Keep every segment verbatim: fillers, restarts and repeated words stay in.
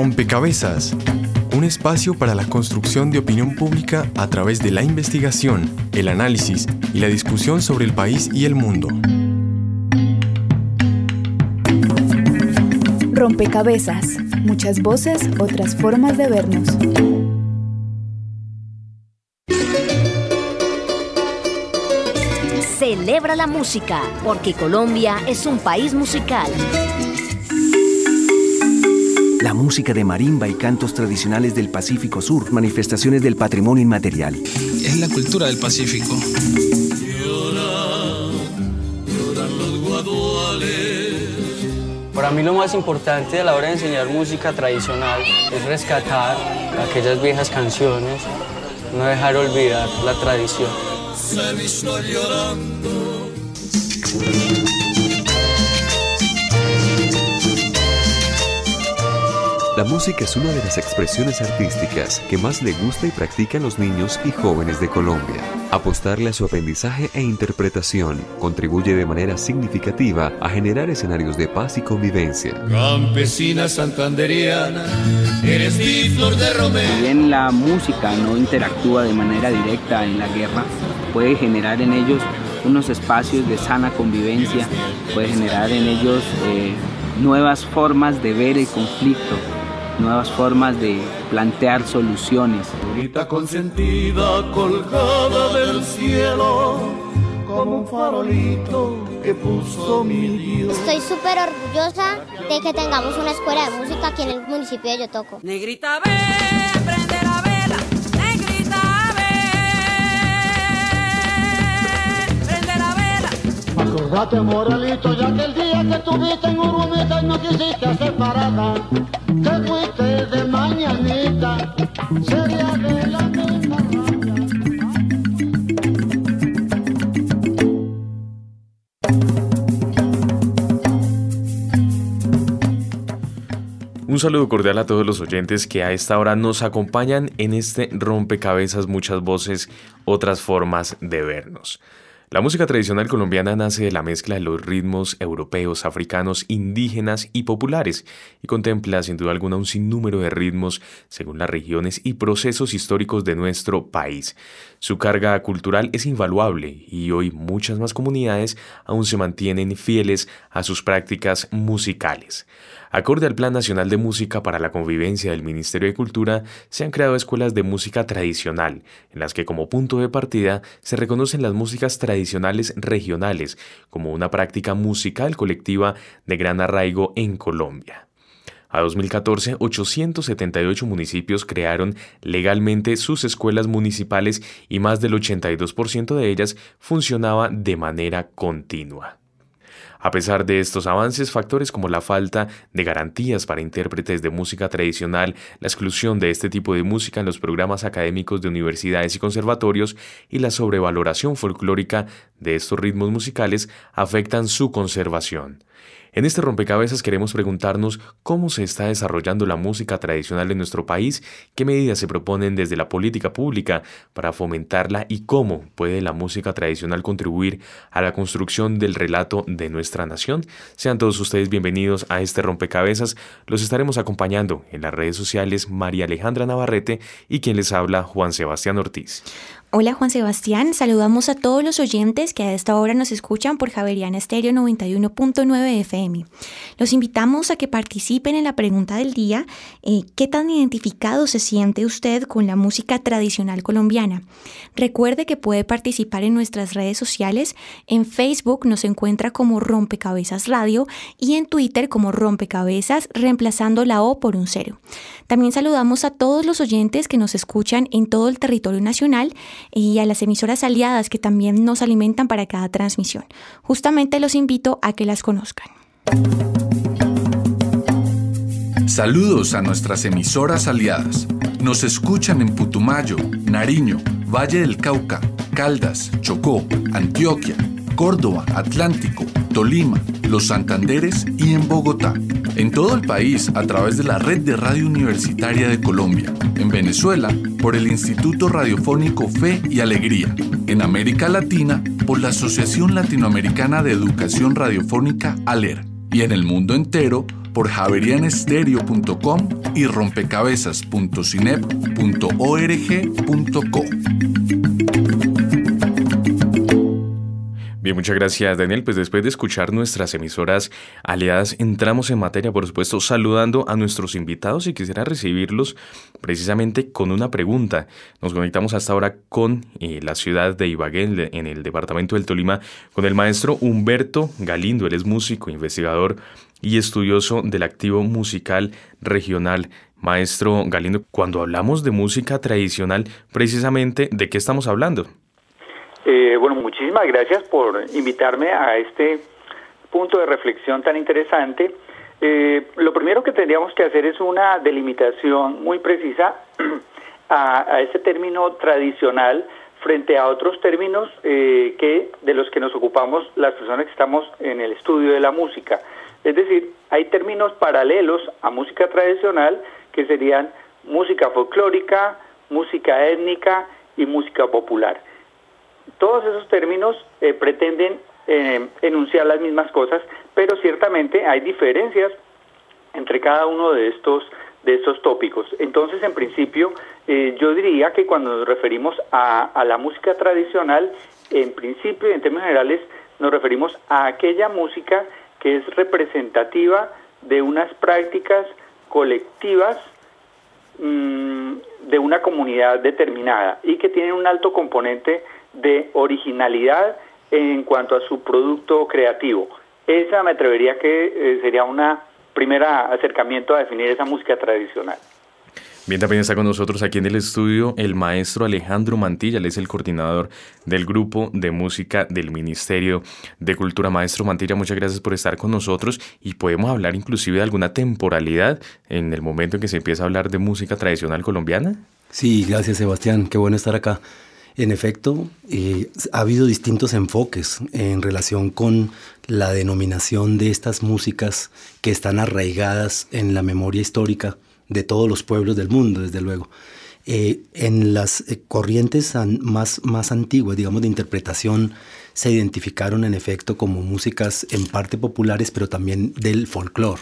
Rompecabezas, un espacio para la construcción de opinión pública a través de la investigación, el análisis y la discusión sobre el país y el mundo. Rompecabezas, muchas voces, otras formas de vernos. Celebra la música, porque Colombia es un país musical. La música de marimba y cantos tradicionales del Pacífico Sur, manifestaciones del patrimonio inmaterial. Es la cultura del Pacífico. Para mí lo más importante a la hora de enseñar música tradicional es rescatar aquellas viejas canciones, no dejar olvidar la tradición. Se visto llorando. La música es una de las expresiones artísticas que más le gusta y practican los niños y jóvenes de Colombia. Apostarle a su aprendizaje e interpretación contribuye de manera significativa a generar escenarios de paz y convivencia. Campesina santanderiana, eres mi flor de romero. Si bien la música no interactúa de manera directa en la guerra, puede generar en ellos unos espacios de sana convivencia, puede generar en ellos eh, nuevas formas de ver el conflicto, nuevas formas de plantear soluciones. Bonita consentida colgada del cielo, como un farolito que puso mi Dios. Estoy súper orgullosa de que tengamos una escuela de música aquí en el municipio de Yotoco. Negrita, ve, prende la vela, negrita, ve, prende la vela. Acordate, Moralito, ya que el día que estuviste en Urumita y no quisiste hacer parada, te fuiste de mañanita, sería de la misma raya. Un saludo cordial a todos los oyentes que a esta hora nos acompañan en este rompecabezas, muchas voces, otras formas de vernos. La música tradicional colombiana nace de la mezcla de los ritmos europeos, africanos, indígenas y populares y contempla sin duda alguna un sinnúmero de ritmos según las regiones y procesos históricos de nuestro país. Su carga cultural es invaluable y hoy muchas más comunidades aún se mantienen fieles a sus prácticas musicales. Acorde al Plan Nacional de Música para la Convivencia del Ministerio de Cultura, se han creado escuelas de música tradicional, en las que como punto de partida se reconocen las músicas tradicionales regionales como una práctica musical colectiva de gran arraigo en Colombia. A dos mil catorce, ochocientos setenta y ocho municipios crearon legalmente sus escuelas municipales y más del ochenta y dos por ciento de ellas funcionaba de manera continua. A pesar de estos avances, factores como la falta de garantías para intérpretes de música tradicional, la exclusión de este tipo de música en los programas académicos de universidades y conservatorios y la sobrevaloración folclórica de estos ritmos musicales afectan su conservación. En este rompecabezas queremos preguntarnos cómo se está desarrollando la música tradicional en nuestro país, qué medidas se proponen desde la política pública para fomentarla y cómo puede la música tradicional contribuir a la construcción del relato de nuestra nación. Sean todos ustedes bienvenidos a este rompecabezas. Los estaremos acompañando en las redes sociales María Alejandra Navarrete y quien les habla Juan Sebastián Ortiz. Hola Juan Sebastián, saludamos a todos los oyentes que a esta hora nos escuchan por Javeriana Estéreo noventa y uno punto nueve F M. Los invitamos a que participen en la pregunta del día, eh, ¿qué tan identificado se siente usted con la música tradicional colombiana? Recuerde que puede participar en nuestras redes sociales, en Facebook nos encuentra como Rompecabezas Radio y en Twitter como Rompecabezas, reemplazando la O por un cero. También saludamos a todos los oyentes que nos escuchan en todo el territorio nacional y a las emisoras aliadas que también nos alimentan para cada transmisión. Justamente los invito a que las conozcan. Saludos a nuestras emisoras aliadas. Nos escuchan en Putumayo, Nariño, Valle del Cauca, Caldas, Chocó, Antioquia, Córdoba, Atlántico, Tolima, Los Santanderes y en Bogotá. En todo el país a través de la Red de Radio Universitaria de Colombia. En Venezuela por el Instituto Radiofónico Fe y Alegría. En América Latina por la Asociación Latinoamericana de Educación Radiofónica ALER. Y en el mundo entero por javeriana estéreo punto com y rompecabezas punto cinep punto org punto co. Bien, muchas gracias, Daniel. Pues después de escuchar nuestras emisoras aliadas, entramos en materia, por supuesto, saludando a nuestros invitados y quisiera recibirlos precisamente con una pregunta. Nos conectamos hasta ahora con eh, la ciudad de Ibagué, en el departamento del Tolima, con el maestro Humberto Galindo. Él es músico, investigador y estudioso del activo musical regional. Maestro Galindo, cuando hablamos de música tradicional, precisamente, ¿de qué estamos hablando? Eh, bueno, muchísimas gracias por invitarme a este punto de reflexión tan interesante. Eh, lo primero que tendríamos que hacer es una delimitación muy precisa a, a este término tradicional frente a otros términos eh, que de los que nos ocupamos las personas que estamos en el estudio de la música. Es decir, hay términos paralelos a música tradicional que serían música folclórica, música étnica y música popular. Todos esos términos eh, pretenden eh, enunciar las mismas cosas, pero ciertamente hay diferencias entre cada uno de estos de estos tópicos. Entonces, en principio, eh, yo diría que cuando nos referimos a, a la música tradicional, en principio, en términos generales, nos referimos a aquella música que es representativa de unas prácticas colectivas mmm, de una comunidad determinada y que tienen un alto componente de originalidad en cuanto a su producto creativo. Esa me atrevería que eh, sería una primera acercamiento a definir esa música tradicional. Bien, también está con nosotros aquí en el estudio el maestro Alejandro Mantilla. Él es el coordinador del grupo de música del Ministerio de Cultura. Maestro Mantilla, muchas gracias por estar con nosotros y podemos hablar inclusive de alguna temporalidad en el momento en que se empieza a hablar de música tradicional colombiana. Sí, gracias, Sebastián, qué bueno estar acá. En efecto, eh, ha habido distintos enfoques en relación con la denominación de estas músicas que están arraigadas en la memoria histórica de todos los pueblos del mundo, desde luego. Eh, en las eh, corrientes an, más, más antiguas, digamos, de interpretación, se identificaron en efecto como músicas en parte populares, pero también del folclore.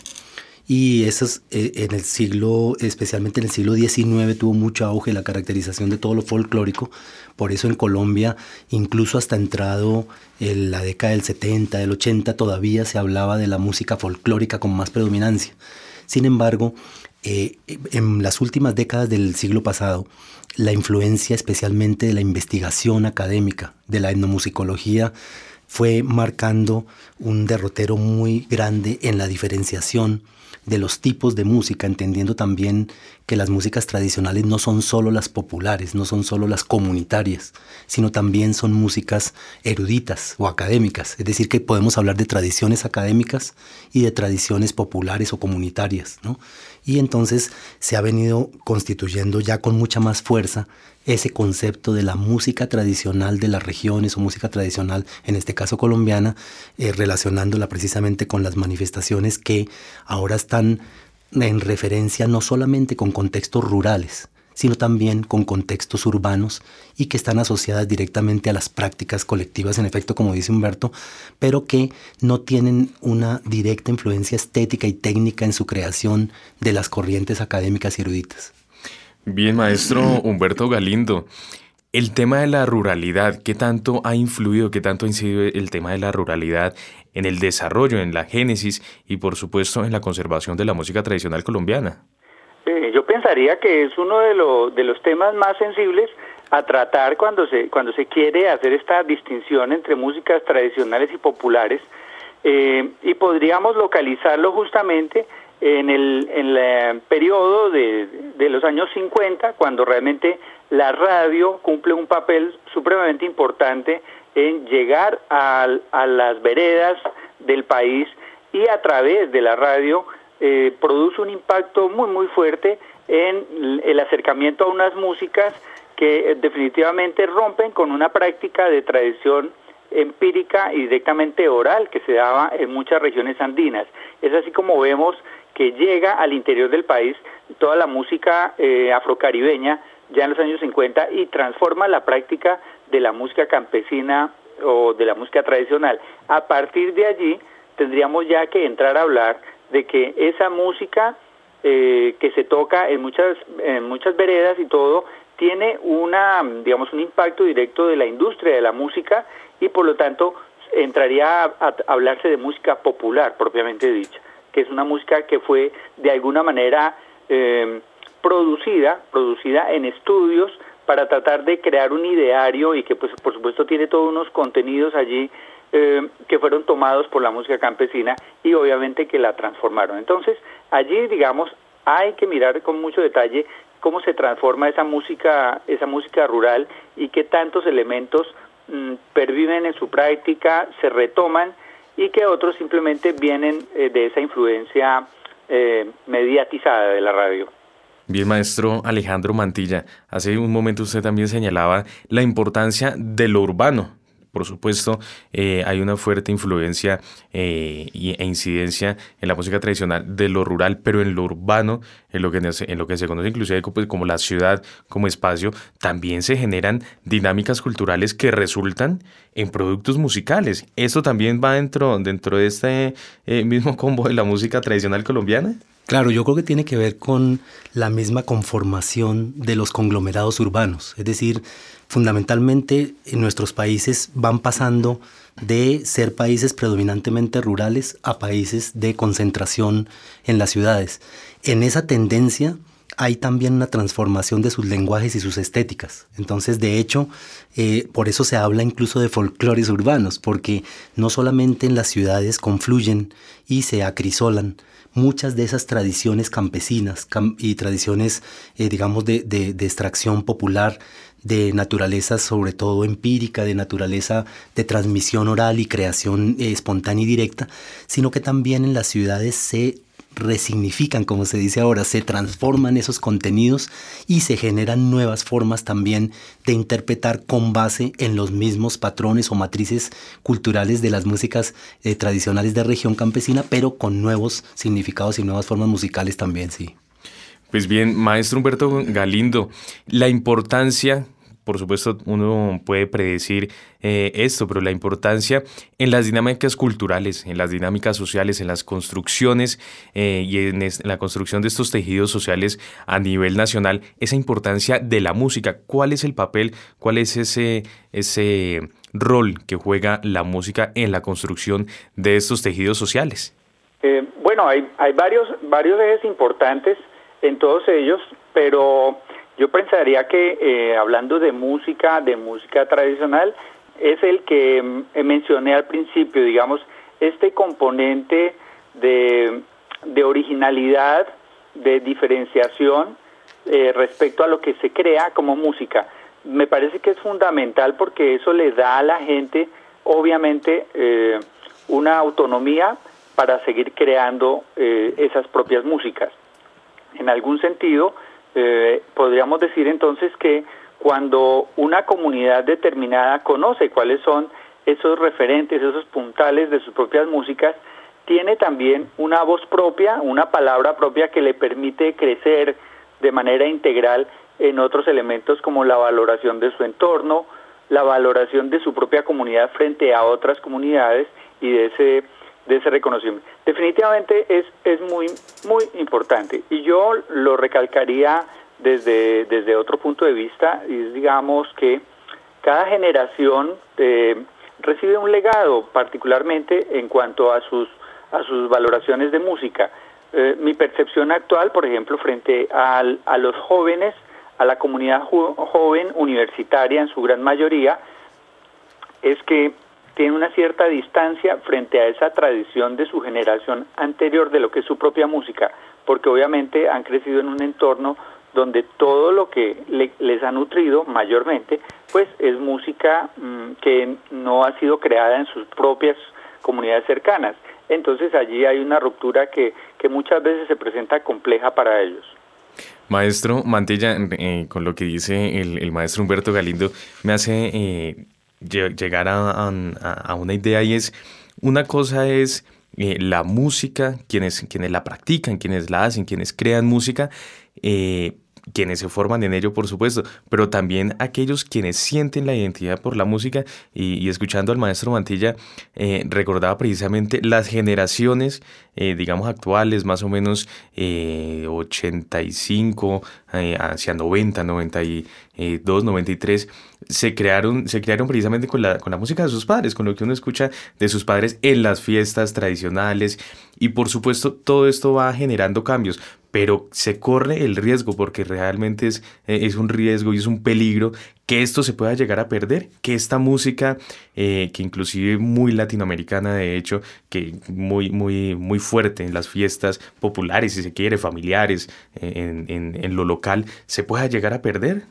Y esas, eh, en el siglo, especialmente en el siglo diecinueve, tuvo mucho auge la caracterización de todo lo folclórico. Por eso en Colombia, incluso hasta entrado en la década del setenta, del ochenta, todavía se hablaba de la música folclórica con más predominancia. Sin embargo, eh, en las últimas décadas del siglo pasado, la influencia especialmente de la investigación académica, de la etnomusicología, fue marcando un derrotero muy grande en la diferenciación de los tipos de música, entendiendo también que las músicas tradicionales no son solo las populares, no son solo las comunitarias, sino también son músicas eruditas o académicas. Es decir, que podemos hablar de tradiciones académicas y de tradiciones populares o comunitarias, ¿no? Y entonces se ha venido constituyendo ya con mucha más fuerza ese concepto de la música tradicional de las regiones o música tradicional, en este caso colombiana, eh, relacionándola precisamente con las manifestaciones que ahora están en referencia no solamente con contextos rurales, sino también con contextos urbanos y que están asociadas directamente a las prácticas colectivas, en efecto, como dice Humberto, pero que no tienen una directa influencia estética y técnica en su creación de las corrientes académicas y eruditas. Bien, maestro Humberto Galindo, el tema de la ruralidad, ¿qué tanto ha influido, qué tanto ha incidido el tema de la ruralidad en el desarrollo, en la génesis y por supuesto en la conservación de la música tradicional colombiana? Eh, yo pensaría que es uno de, lo, de los temas más sensibles a tratar cuando se, cuando se quiere hacer esta distinción entre músicas tradicionales y populares, eh, y podríamos localizarlo justamente en el, en el periodo de, de los años cincuenta, cuando realmente la radio cumple un papel supremamente importante en llegar a, a las veredas del país y a través de la radio eh, produce un impacto muy muy fuerte en el acercamiento a unas músicas que definitivamente rompen con una práctica de tradición empírica y directamente oral que se daba en muchas regiones andinas. Es así como vemos que llega al interior del país toda la música eh, afrocaribeña ya en los años cincuenta y transforma la práctica de la música campesina o de la música tradicional. A partir de allí tendríamos ya que entrar a hablar de que esa música eh, que se toca en muchas, en muchas veredas y todo, tiene una, digamos, un impacto directo de la industria de la música y por lo tanto entraría a, a hablarse de música popular propiamente dicha, que es una música que fue de alguna manera eh, producida, producida en estudios para tratar de crear un ideario y que pues por supuesto tiene todos unos contenidos allí eh, que fueron tomados por la música campesina y obviamente que la transformaron. Entonces allí digamos hay que mirar con mucho detalle cómo se transforma esa música, esa música rural y qué tantos elementos mmm, perviven en su práctica, se retoman y que otros simplemente vienen eh, de esa influencia eh, mediatizada de la radio. Bien, maestro Alejandro Mantilla, hace un momento usted también señalaba la importancia de lo urbano. Por supuesto, eh, hay una fuerte influencia eh, e incidencia en la música tradicional de lo rural, pero en lo urbano, en lo que, en lo que se conoce inclusive como, como la ciudad, como espacio, también se generan dinámicas culturales que resultan en productos musicales. ¿Esto también va dentro, dentro de este eh, mismo combo de la música tradicional colombiana? Claro, yo creo que tiene que ver con la misma conformación de los conglomerados urbanos, es decir, fundamentalmente en nuestros países van pasando de ser países predominantemente rurales a países de concentración en las ciudades. En esa tendencia hay también una transformación de sus lenguajes y sus estéticas. Entonces, de hecho, eh, por eso se habla incluso de folclores urbanos, porque no solamente en las ciudades confluyen y se acrisolan muchas de esas tradiciones campesinas cam- y tradiciones, eh, digamos, de, de, de extracción popular, de naturaleza sobre todo empírica, de naturaleza de transmisión oral y creación eh, espontánea y directa, sino que también en las ciudades se resignifican, como se dice ahora, se transforman esos contenidos y se generan nuevas formas también de interpretar con base en los mismos patrones o matrices culturales de las músicas eh, tradicionales de región campesina, pero con nuevos significados y nuevas formas musicales también, sí. Pues bien, maestro Humberto Galindo, la importancia, por supuesto uno puede predecir eh, esto, pero la importancia en las dinámicas culturales, en las dinámicas sociales, en las construcciones eh, y en, es, en la construcción de estos tejidos sociales a nivel nacional, esa importancia de la música, ¿cuál es el papel, cuál es ese, ese rol que juega la música en la construcción de estos tejidos sociales? Eh, bueno, hay, hay varios, varios ejes importantes en todos ellos, pero yo pensaría que eh, hablando de música, de música tradicional, es el que eh, mencioné al principio, digamos, este componente de, de originalidad, de diferenciación eh, respecto a lo que se crea como música. Me parece que es fundamental porque eso le da a la gente, obviamente, eh, una autonomía para seguir creando eh, esas propias músicas. En algún sentido, eh, podríamos decir entonces que cuando una comunidad determinada conoce cuáles son esos referentes, esos puntales de sus propias músicas, tiene también una voz propia, una palabra propia que le permite crecer de manera integral en otros elementos como la valoración de su entorno, la valoración de su propia comunidad frente a otras comunidades y de ese de ese reconocimiento. Definitivamente es, es muy, muy importante y yo lo recalcaría desde, desde otro punto de vista, y es, digamos, que cada generación eh, recibe un legado, particularmente en cuanto a sus, a sus valoraciones de música. Eh, mi percepción actual, por ejemplo, frente al, a los jóvenes, a la comunidad jo- joven universitaria en su gran mayoría, es que tiene una cierta distancia frente a esa tradición de su generación anterior de lo que es su propia música, porque obviamente han crecido en un entorno donde todo lo que le, les ha nutrido mayormente, pues es música mmm, que no ha sido creada en sus propias comunidades cercanas. Entonces allí hay una ruptura que, que muchas veces se presenta compleja para ellos. Maestro Mantilla, eh, con lo que dice el, el maestro Humberto Galindo, me hace eh, llegar a, a, a una idea, y es, una cosa es eh, la música, quienes, quienes la practican, quienes la hacen, quienes crean música, eh, quienes se forman en ello, por supuesto, pero también aquellos quienes sienten la identidad por la música. Y, y escuchando al maestro Mantilla, eh, recordaba precisamente las generaciones, eh, digamos, actuales, más o menos eh, ochenta y cinco eh, hacia noventa, noventa y dos, noventa y tres, se crearon, se crearon precisamente con la, con la música de sus padres, con lo que uno escucha de sus padres en las fiestas tradicionales. Y por supuesto, todo esto va generando cambios, pero se corre el riesgo, porque realmente es, es un riesgo y es un peligro que esto se pueda llegar a perder, que esta música, eh, que inclusive muy latinoamericana, de hecho, que muy, muy, muy fuerte en las fiestas populares, si se quiere, familiares, en, en, en lo local, se pueda llegar a perder.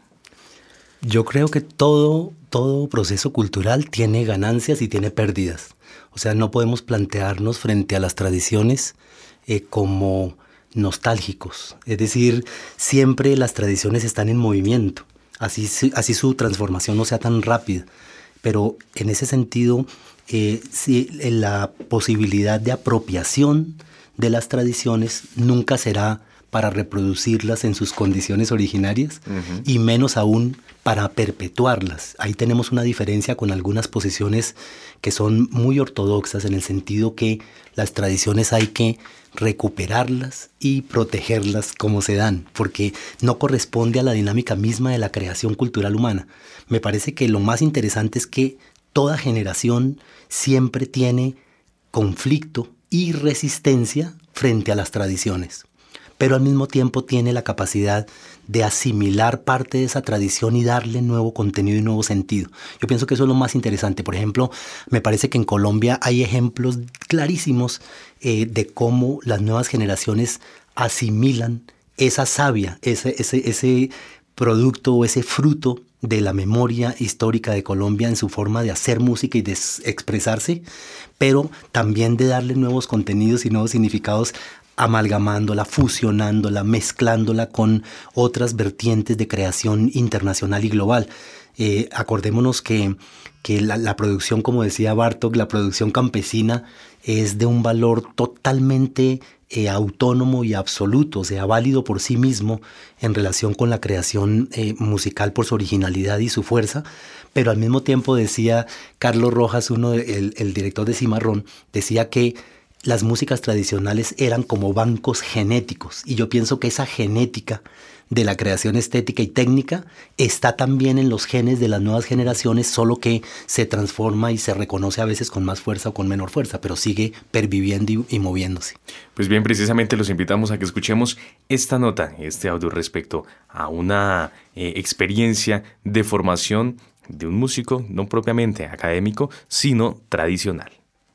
Yo creo que todo, todo proceso cultural tiene ganancias y tiene pérdidas. O sea, no podemos plantearnos frente a las tradiciones eh, como nostálgicos. Es decir, siempre las tradiciones están en movimiento, así, así su transformación no sea tan rápida. Pero en ese sentido, eh, sí, la posibilidad de apropiación de las tradiciones nunca será para reproducirlas en sus condiciones originarias, uh-huh. y menos aún para perpetuarlas. Ahí tenemos una diferencia con algunas posiciones que son muy ortodoxas, en el sentido que las tradiciones hay que recuperarlas y protegerlas como se dan, porque no corresponde a la dinámica misma de la creación cultural humana. Me parece que lo más interesante es que toda generación siempre tiene conflicto y resistencia frente a las tradiciones, pero al mismo tiempo tiene la capacidad de asimilar parte de esa tradición y darle nuevo contenido y nuevo sentido. Yo pienso que eso es lo más interesante. Por ejemplo, me parece que en Colombia hay ejemplos clarísimos eh, de cómo las nuevas generaciones asimilan esa savia, ese, ese, ese producto o ese fruto de la memoria histórica de Colombia en su forma de hacer música y de expresarse, pero también de darle nuevos contenidos y nuevos significados, amalgamándola, fusionándola, mezclándola con otras vertientes de creación internacional y global. Eh, acordémonos que, que la, la producción, como decía Bartók, la producción campesina es de un valor totalmente eh, autónomo y absoluto, o sea, válido por sí mismo en relación con la creación eh, musical por su originalidad y su fuerza. Pero al mismo tiempo, decía Carlos Rojas, uno de, el, el director de Cimarrón, decía que las músicas tradicionales eran como bancos genéticos, y yo pienso que esa genética de la creación estética y técnica está también en los genes de las nuevas generaciones, solo que se transforma y se reconoce a veces con más fuerza o con menor fuerza, pero sigue perviviendo y, y moviéndose. Pues bien, precisamente los invitamos a que escuchemos esta nota, este audio respecto a una eh, experiencia de formación de un músico no propiamente académico, sino tradicional.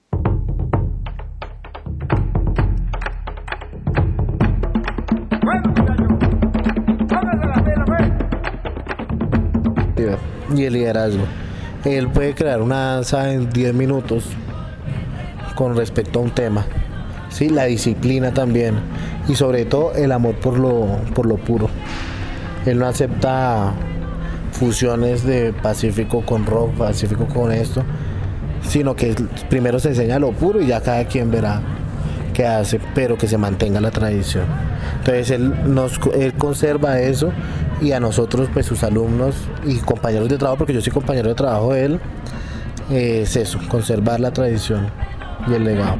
Y el liderazgo. Él puede crear una danza en diez minutos con respecto a un tema. Sí, la disciplina también. Y sobre todo el amor por lo, por lo puro. Él no acepta fusiones de Pacífico con rock, Pacífico con esto, sino que primero se enseña lo puro y ya cada quien verá qué hace, pero que se mantenga la tradición. Entonces él, nos, él conserva eso, y a nosotros, pues sus alumnos y compañeros de trabajo, porque yo soy compañero de trabajo de él, eh, es eso, conservar la tradición y el legado.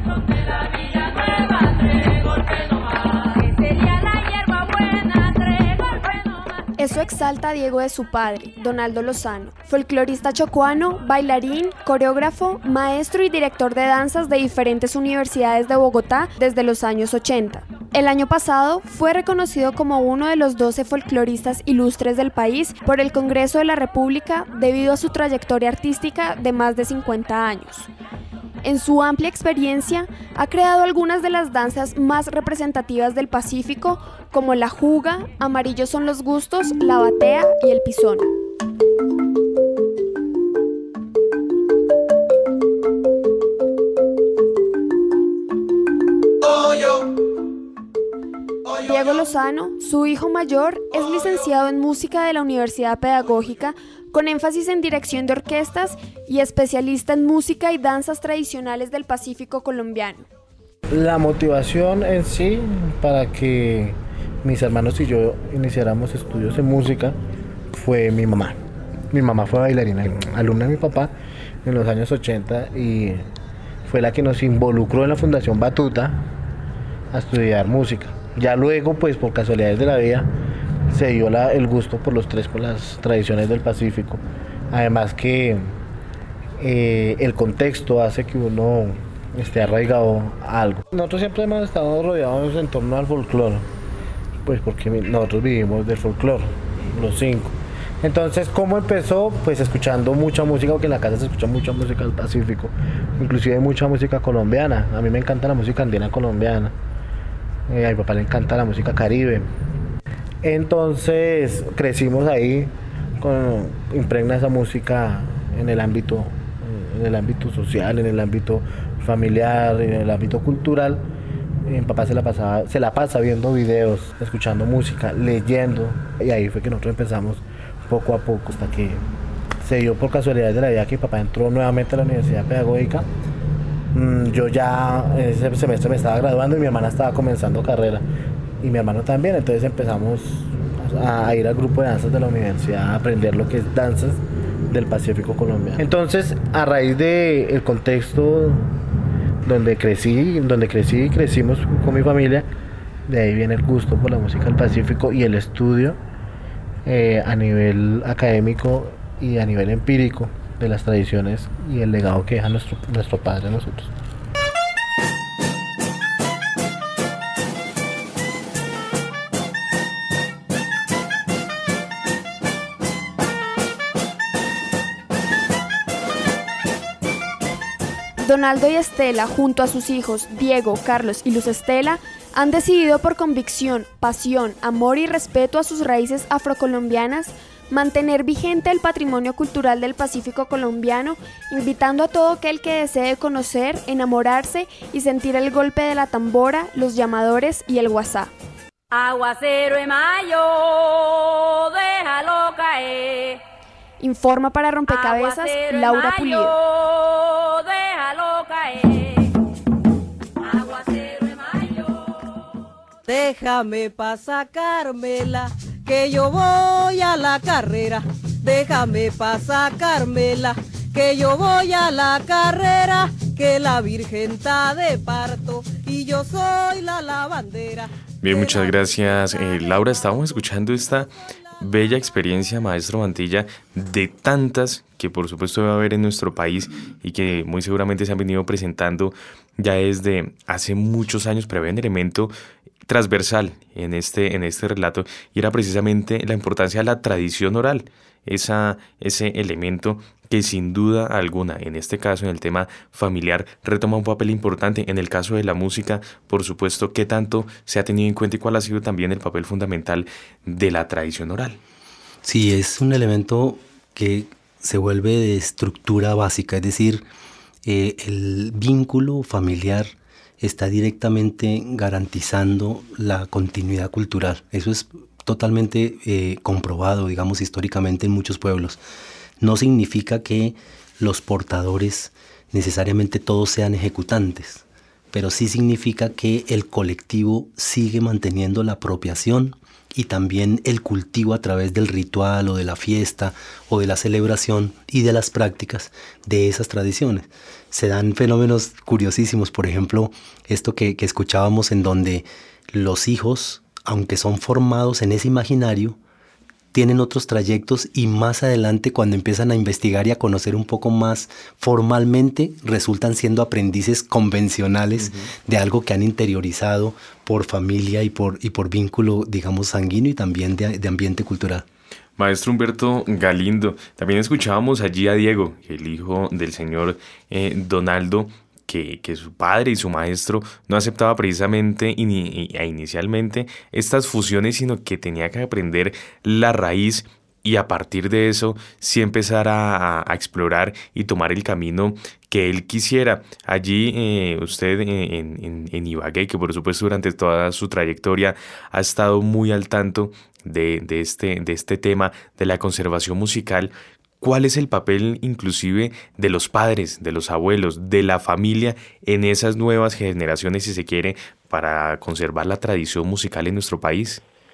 Eso exalta a Diego de su padre, Donaldo Lozano, folclorista chocuano, bailarín, coreógrafo, maestro y director de danzas de diferentes universidades de Bogotá desde los años ochenta. El año pasado fue reconocido como uno de los doce folcloristas ilustres del país por el Congreso de la República debido a su trayectoria artística de más de cincuenta años. En su amplia experiencia, ha creado algunas de las danzas más representativas del Pacífico, como la juga, Amarillos son los gustos, la batea y el pisón. Diego Lozano, su hijo mayor, es licenciado en música de la Universidad Pedagógica, con énfasis en dirección de orquestas, y especialista en música y danzas tradicionales del Pacífico colombiano. La motivación en sí, para que mis hermanos y yo iniciáramos estudios en música fue mi mamá. Mi mamá fue bailarina, alumna de mi papá en los años ochenta y fue la que nos involucró en la Fundación Batuta a estudiar música. Ya luego, pues por casualidades de la vida, se dio la, el gusto por los tres, por las tradiciones del Pacífico. Además que eh, el contexto hace que uno esté arraigado a algo. Nosotros siempre hemos estado rodeados en torno al folclore, pues porque nosotros vivimos del folclore, los cinco. Entonces, ¿cómo empezó? Pues escuchando mucha música, porque en la casa se escucha mucha música del Pacífico, inclusive mucha música colombiana. A mí me encanta la música andina colombiana, eh, a mi papá le encanta la música caribe. Entonces, crecimos ahí, con, impregna esa música en el ámbito, en el ámbito social, en el ámbito familiar, en el ámbito cultural. Mi papá se la, pasaba, se la pasa viendo videos, escuchando música, leyendo, y ahí fue que nosotros empezamos poco a poco, hasta que se dio por casualidad de la vida que mi papá entró nuevamente a la Universidad Pedagógica. Yo ya en ese semestre me estaba graduando y mi hermana estaba comenzando carrera, y mi hermano también, entonces empezamos a ir al grupo de danzas de la universidad a aprender lo que es danzas del Pacífico colombiano. Entonces, a raíz del contexto donde crecí, donde crecí y crecimos con mi familia, de ahí viene el gusto por la música del Pacífico y el estudio eh, a nivel académico y a nivel empírico de las tradiciones y el legado que deja nuestro, nuestro padre a nosotros. Donaldo y Estela, junto a sus hijos Diego, Carlos y Luz Estela, han decidido por convicción, pasión, amor y respeto a sus raíces afrocolombianas mantener vigente el patrimonio cultural del Pacífico colombiano, invitando a todo aquel que desee conocer, enamorarse y sentir el golpe de la tambora, los llamadores y el guasá. Aguacero en mayo, déjalo caer. Informa para Rompecabezas, Aguacero Laura en Pulido. mayo, déjalo caer. Aguacero en mayo. Déjame pa' sacármela, que yo voy a la carrera. Déjame pa' sacármela, que yo voy a la carrera. Que la Virgen está de parto y yo soy la lavandera. Bien, muchas gracias, eh, Laura. Estábamos escuchando esta bella experiencia, maestro Mantilla, de tantas que por supuesto debe haber en nuestro país y que muy seguramente se han venido presentando ya desde hace muchos años, pero había un elemento transversal en este, en este relato, y era precisamente la importancia de la tradición oral, esa, ese elemento que sin duda alguna, en este caso, en el tema familiar, retoma un papel importante. En el caso de la música, por supuesto, ¿qué tanto se ha tenido en cuenta y cuál ha sido también el papel fundamental de la tradición oral? Sí, es un elemento que se vuelve de estructura básica, es decir, eh, el vínculo familiar está directamente garantizando la continuidad cultural. Eso es totalmente eh, comprobado, digamos, históricamente en muchos pueblos. No significa que los portadores necesariamente todos sean ejecutantes, pero sí significa que el colectivo sigue manteniendo la apropiación y también el cultivo a través del ritual o de la fiesta o de la celebración y de las prácticas de esas tradiciones. Se dan fenómenos curiosísimos, por ejemplo, esto que, que escuchábamos en donde los hijos, aunque son formados en ese imaginario, tienen otros trayectos y más adelante, cuando empiezan a investigar y a conocer un poco más formalmente, resultan siendo aprendices convencionales uh-huh. de algo que han interiorizado por familia y por, y por vínculo, digamos, sanguíneo y también de, de ambiente cultural. Maestro Humberto Galindo, también escuchábamos allí a Diego, el hijo del señor eh, Donaldo, Que, que su padre y su maestro no aceptaba precisamente in, inicialmente estas fusiones, sino que tenía que aprender la raíz y a partir de eso sí empezar a, a explorar y tomar el camino que él quisiera. Allí eh, usted eh, en, en, en Ibagué, que por supuesto durante toda su trayectoria ha estado muy al tanto de, de, este, de este tema de la conservación musical. ¿Cuál es el papel inclusive de los padres, de los abuelos, de la familia en esas nuevas generaciones, si se quiere, para conservar la tradición musical en nuestro país?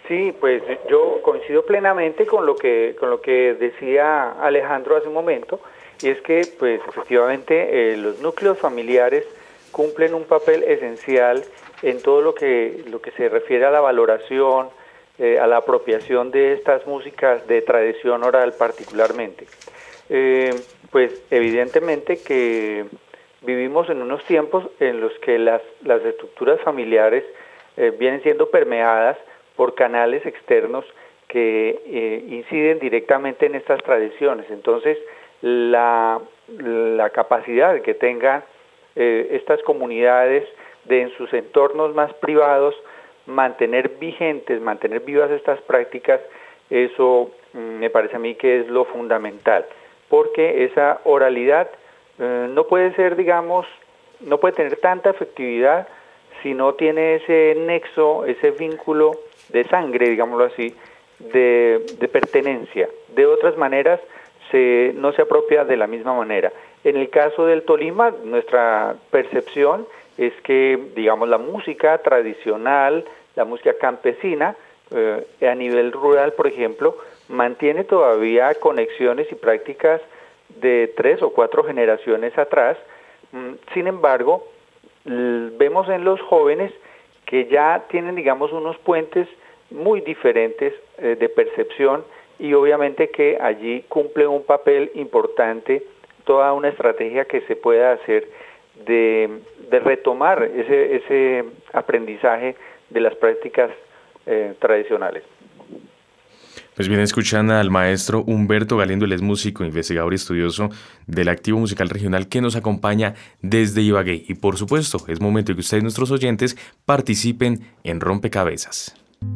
Sí, pues yo coincido plenamente con lo que con lo que decía Alejandro hace un momento, y es que pues efectivamente eh, los núcleos familiares cumplen un papel esencial en todo lo que lo que se refiere a la valoración, eh, a la apropiación de estas músicas de tradición oral particularmente. Eh, pues evidentemente que vivimos en unos tiempos en los que las, las estructuras familiares eh, vienen siendo permeadas por canales externos que eh, inciden directamente en estas tradiciones. Entonces, la, la capacidad que tengan eh, estas comunidades de en sus entornos más privados mantener vigentes, mantener vivas estas prácticas, eso mm, me parece a mí que es lo fundamental, porque esa oralidad eh, no puede ser, digamos, no puede tener tanta efectividad si no tiene ese nexo, ese vínculo de sangre, digámoslo así, de, de pertenencia. De otras maneras, se, no se apropia de la misma manera. En el caso del Tolima, nuestra percepción es que, digamos, la música tradicional, la música campesina, eh, a nivel rural, por ejemplo, mantiene todavía conexiones y prácticas de tres o cuatro generaciones atrás. Sin embargo, vemos en los jóvenes que ya tienen, digamos, unos puentes muy diferentes eh, de percepción, y obviamente que allí cumple un papel importante toda una estrategia que se pueda hacer de, de retomar ese, ese aprendizaje de las prácticas eh, tradicionales. Pues bien, escuchan al maestro Humberto Galindo, él es músico, investigador y estudioso del Activo Musical Regional que nos acompaña desde Ibagué. Y por supuesto, es momento de que ustedes, nuestros oyentes, participen en Rompecabezas.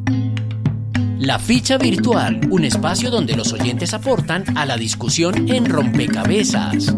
La ficha virtual, un espacio donde los oyentes aportan a la discusión en Rompecabezas.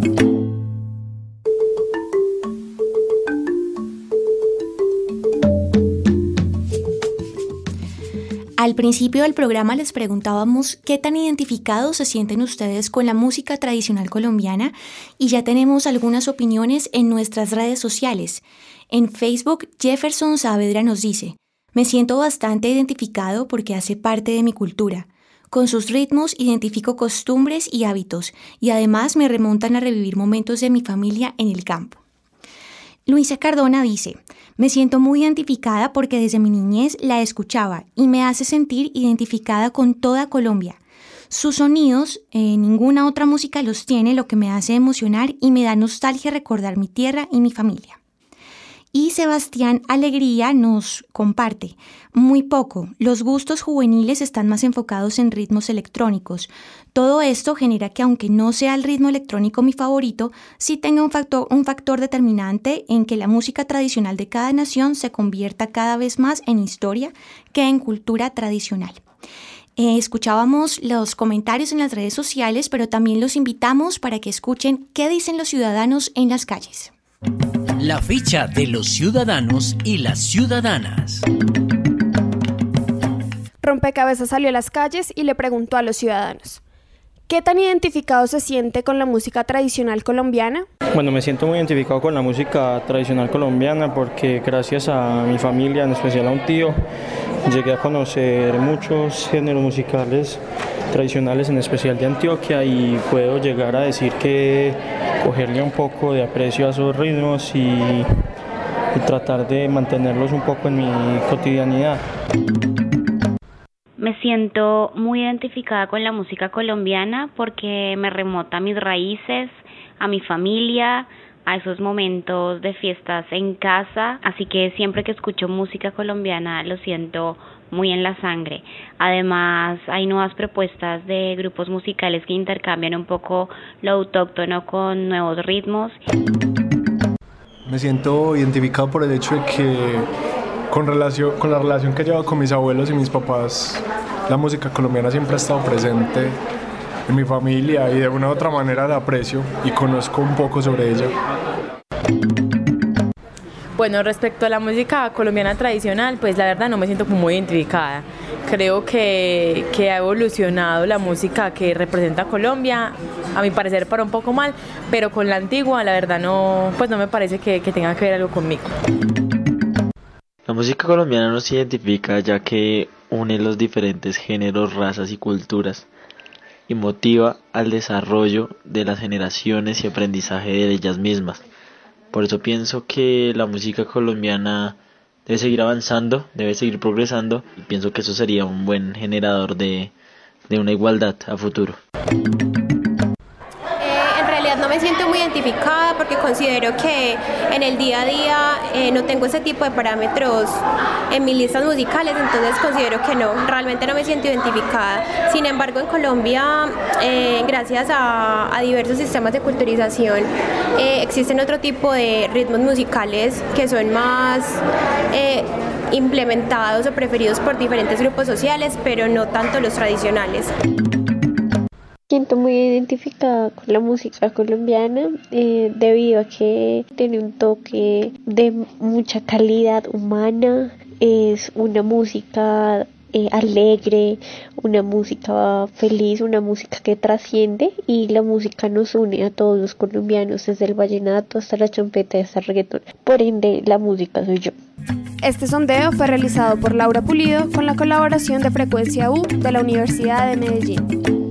Al principio del programa les preguntábamos qué tan identificados se sienten ustedes con la música tradicional colombiana, y ya tenemos algunas opiniones en nuestras redes sociales. En Facebook, Jefferson Saavedra nos dice: me siento bastante identificado porque hace parte de mi cultura. Con sus ritmos identifico costumbres y hábitos, y además me remontan a revivir momentos de mi familia en el campo. Luisa Cardona dice: me siento muy identificada porque desde mi niñez la escuchaba y me hace sentir identificada con toda Colombia. Sus sonidos, eh, ninguna otra música los tiene, lo que me hace emocionar y me da nostalgia recordar mi tierra y mi familia. Y Sebastián Alegría nos comparte: muy poco, los gustos juveniles están más enfocados en ritmos electrónicos. Todo esto genera que, aunque no sea el ritmo electrónico mi favorito, sí tenga un factor, un factor determinante en que la música tradicional de cada nación se convierta cada vez más en historia que en cultura tradicional. Eh, escuchábamos los comentarios en las redes sociales, pero también los invitamos para que escuchen qué dicen los ciudadanos en las calles. La ficha de los ciudadanos y las ciudadanas. Rompecabezas salió a las calles y le preguntó a los ciudadanos: ¿qué tan identificado se siente con la música tradicional colombiana? Bueno, me siento muy identificado con la música tradicional colombiana porque gracias a mi familia, en especial a un tío, llegué a conocer muchos géneros musicales tradicionales, en especial de Antioquia, y puedo llegar a decir que cogerle un poco de aprecio a esos ritmos y, y tratar de mantenerlos un poco en mi cotidianidad. Me siento muy identificada con la música colombiana porque me remota a mis raíces, a mi familia, a esos momentos de fiestas en casa, así que siempre que escucho música colombiana lo siento muy en la sangre. Además, hay nuevas propuestas de grupos musicales que intercambian un poco lo autóctono con nuevos ritmos. Me siento identificado por el hecho de que con, relación, con la relación que he llevado con mis abuelos y mis papás, la música colombiana siempre ha estado presente en mi familia y de una u otra manera la aprecio y conozco un poco sobre ella. Bueno, respecto a la música colombiana tradicional, pues la verdad no me siento como muy identificada. Creo que, que ha evolucionado la música que representa Colombia, a mi parecer para un poco mal, pero con la antigua la verdad no, pues no me parece que, que tenga que ver algo conmigo. La música colombiana nos identifica ya que une los diferentes géneros, razas y culturas y motiva al desarrollo de las generaciones y aprendizaje de ellas mismas. Por eso pienso que la música colombiana debe seguir avanzando, debe seguir progresando, y pienso que eso sería un buen generador de, de una igualdad a futuro. No me siento muy identificada porque considero que en el día a día eh, no tengo ese tipo de parámetros en mis listas musicales, entonces considero que no, realmente no me siento identificada. Sin embargo, en Colombia, eh, gracias a, a diversos sistemas de culturización, eh, existen otro tipo de ritmos musicales que son más eh, implementados o preferidos por diferentes grupos sociales, pero no tanto los tradicionales. Siento muy identificada con la música colombiana eh, debido a que tiene un toque de mucha calidad humana, es una música eh, alegre, una música feliz, una música que trasciende, y la música nos une a todos los colombianos, desde el vallenato hasta la trompeta hasta el reggaetón. Por ende, la música soy yo. Este sondeo fue realizado por Laura Pulido con la colaboración de Frecuencia U de la Universidad de Medellín.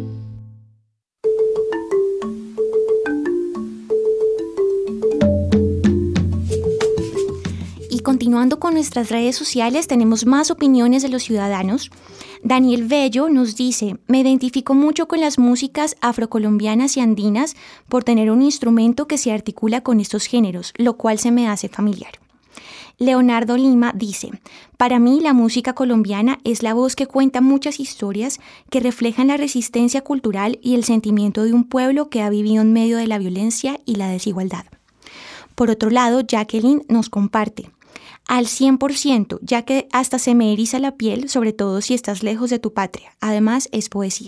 Continuando con nuestras redes sociales, tenemos más opiniones de los ciudadanos. Daniel Bello nos dice: me identifico mucho con las músicas afrocolombianas y andinas por tener un instrumento que se articula con estos géneros, lo cual se me hace familiar. Leonardo Lima dice: para mí la música colombiana es la voz que cuenta muchas historias que reflejan la resistencia cultural y el sentimiento de un pueblo que ha vivido en medio de la violencia y la desigualdad. Por otro lado, Jacqueline nos comparte: al cien por ciento, ya que hasta se me eriza la piel, sobre todo si estás lejos de tu patria. Además, es poesía.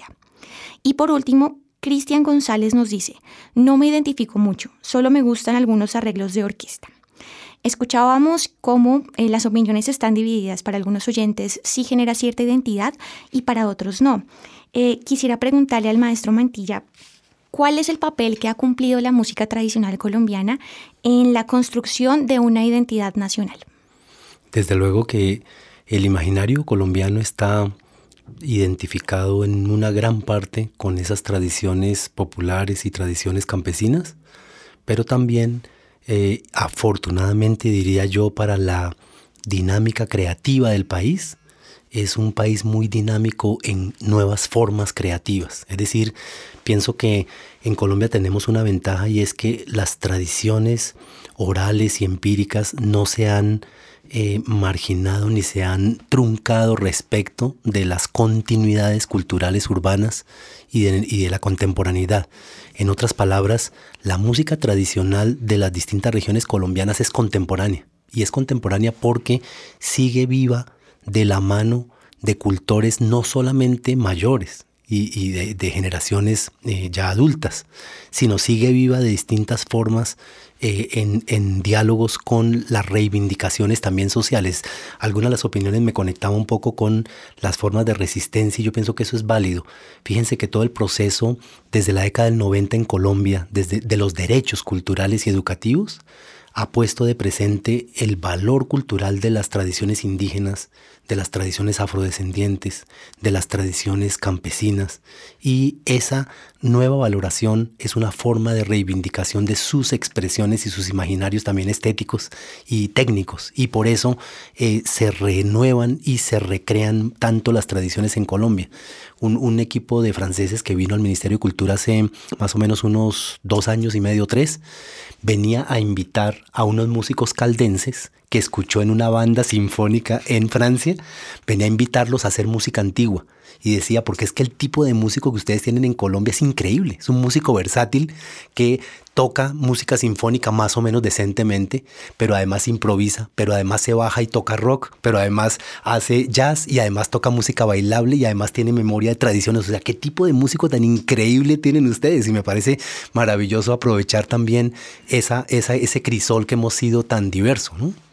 Y por último, Cristian González nos dice: no me identifico mucho, solo me gustan algunos arreglos de orquesta. Escuchábamos cómo eh, las opiniones están divididas. Para algunos oyentes sí genera cierta identidad y para otros no. Eh, quisiera preguntarle al maestro Mantilla: ¿cuál es el papel que ha cumplido la música tradicional colombiana en la construcción de una identidad nacional? Desde luego que el imaginario colombiano está identificado en una gran parte con esas tradiciones populares y tradiciones campesinas, pero también, eh, afortunadamente diría yo, para la dinámica creativa del país, es un país muy dinámico en nuevas formas creativas. Es decir, pienso que en Colombia tenemos una ventaja, y es que las tradiciones orales y empíricas no se han eh, marginado ni se han truncado respecto de las continuidades culturales urbanas y de, y de la contemporaneidad. En otras palabras, la música tradicional de las distintas regiones colombianas es contemporánea, y es contemporánea porque sigue viva de la mano de cultores no solamente mayores y, y de, de generaciones eh, ya adultas, sino sigue viva de distintas formas eh, en, en diálogos con las reivindicaciones también sociales. Algunas de las opiniones me conectaban un poco con las formas de resistencia, y yo pienso que eso es válido. Fíjense que todo el proceso desde la década del noventa en Colombia, desde de los derechos culturales y educativos, ha puesto de presente el valor cultural de las tradiciones indígenas, de las tradiciones afrodescendientes, de las tradiciones campesinas, y esa nueva valoración es una forma de reivindicación de sus expresiones y sus imaginarios también estéticos y técnicos, y por eso eh, se renuevan y se recrean tanto las tradiciones en Colombia. Un, un equipo de franceses que vino al Ministerio de Cultura hace más o menos unos dos años y medio, tres, venía a invitar a unos músicos caldenses que escuchó en una banda sinfónica en Francia, venía a invitarlos a hacer música antigua. Y decía, porque es que el tipo de músico que ustedes tienen en Colombia es increíble. Es un músico versátil que toca música sinfónica más o menos decentemente, pero además improvisa, pero además se baja y toca rock, pero además hace jazz y además toca música bailable y además tiene memoria de tradiciones. O sea, ¿qué tipo de músico tan increíble tienen ustedes? Y me parece maravilloso aprovechar también esa, esa, ese crisol que hemos sido tan diverso, ¿no?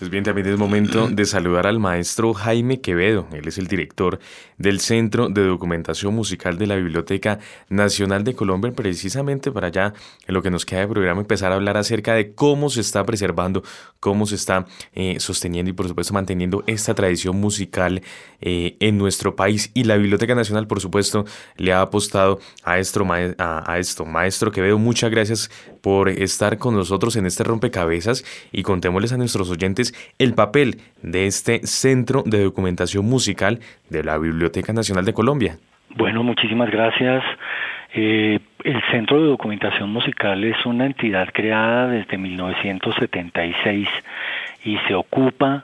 Pues bien, también es momento de saludar al maestro Jaime Quevedo. Él es el director del Centro de Documentación Musical de la Biblioteca Nacional de Colombia, precisamente para ya, en lo que nos queda de programa, empezar a hablar acerca de cómo se está preservando, cómo se está eh, sosteniendo y, por supuesto, manteniendo esta tradición musical eh, en nuestro país. Y la Biblioteca Nacional, por supuesto, le ha apostado a esto, a, a esto. Maestro Quevedo, muchas gracias por estar con nosotros en este rompecabezas y contémosles a nuestros oyentes el papel de este Centro de Documentación Musical de la Biblioteca Nacional de Colombia. Bueno, muchísimas gracias. Eh, el Centro de Documentación Musical es una entidad creada desde mil novecientos setenta y seis y se ocupa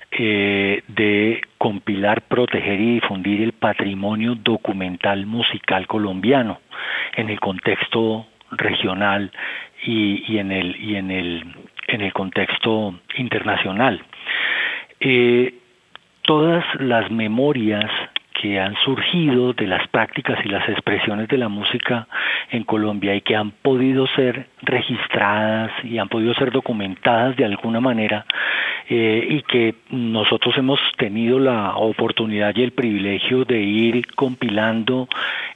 eh, de compilar, proteger y difundir el patrimonio documental musical colombiano en el contexto regional y, y en el y en el en el contexto internacional. Eh, todas las memorias que han surgido de las prácticas y las expresiones de la música en Colombia y que han podido ser registradas y han podido ser documentadas de alguna manera, eh, y que nosotros hemos tenido la oportunidad y el privilegio de ir compilando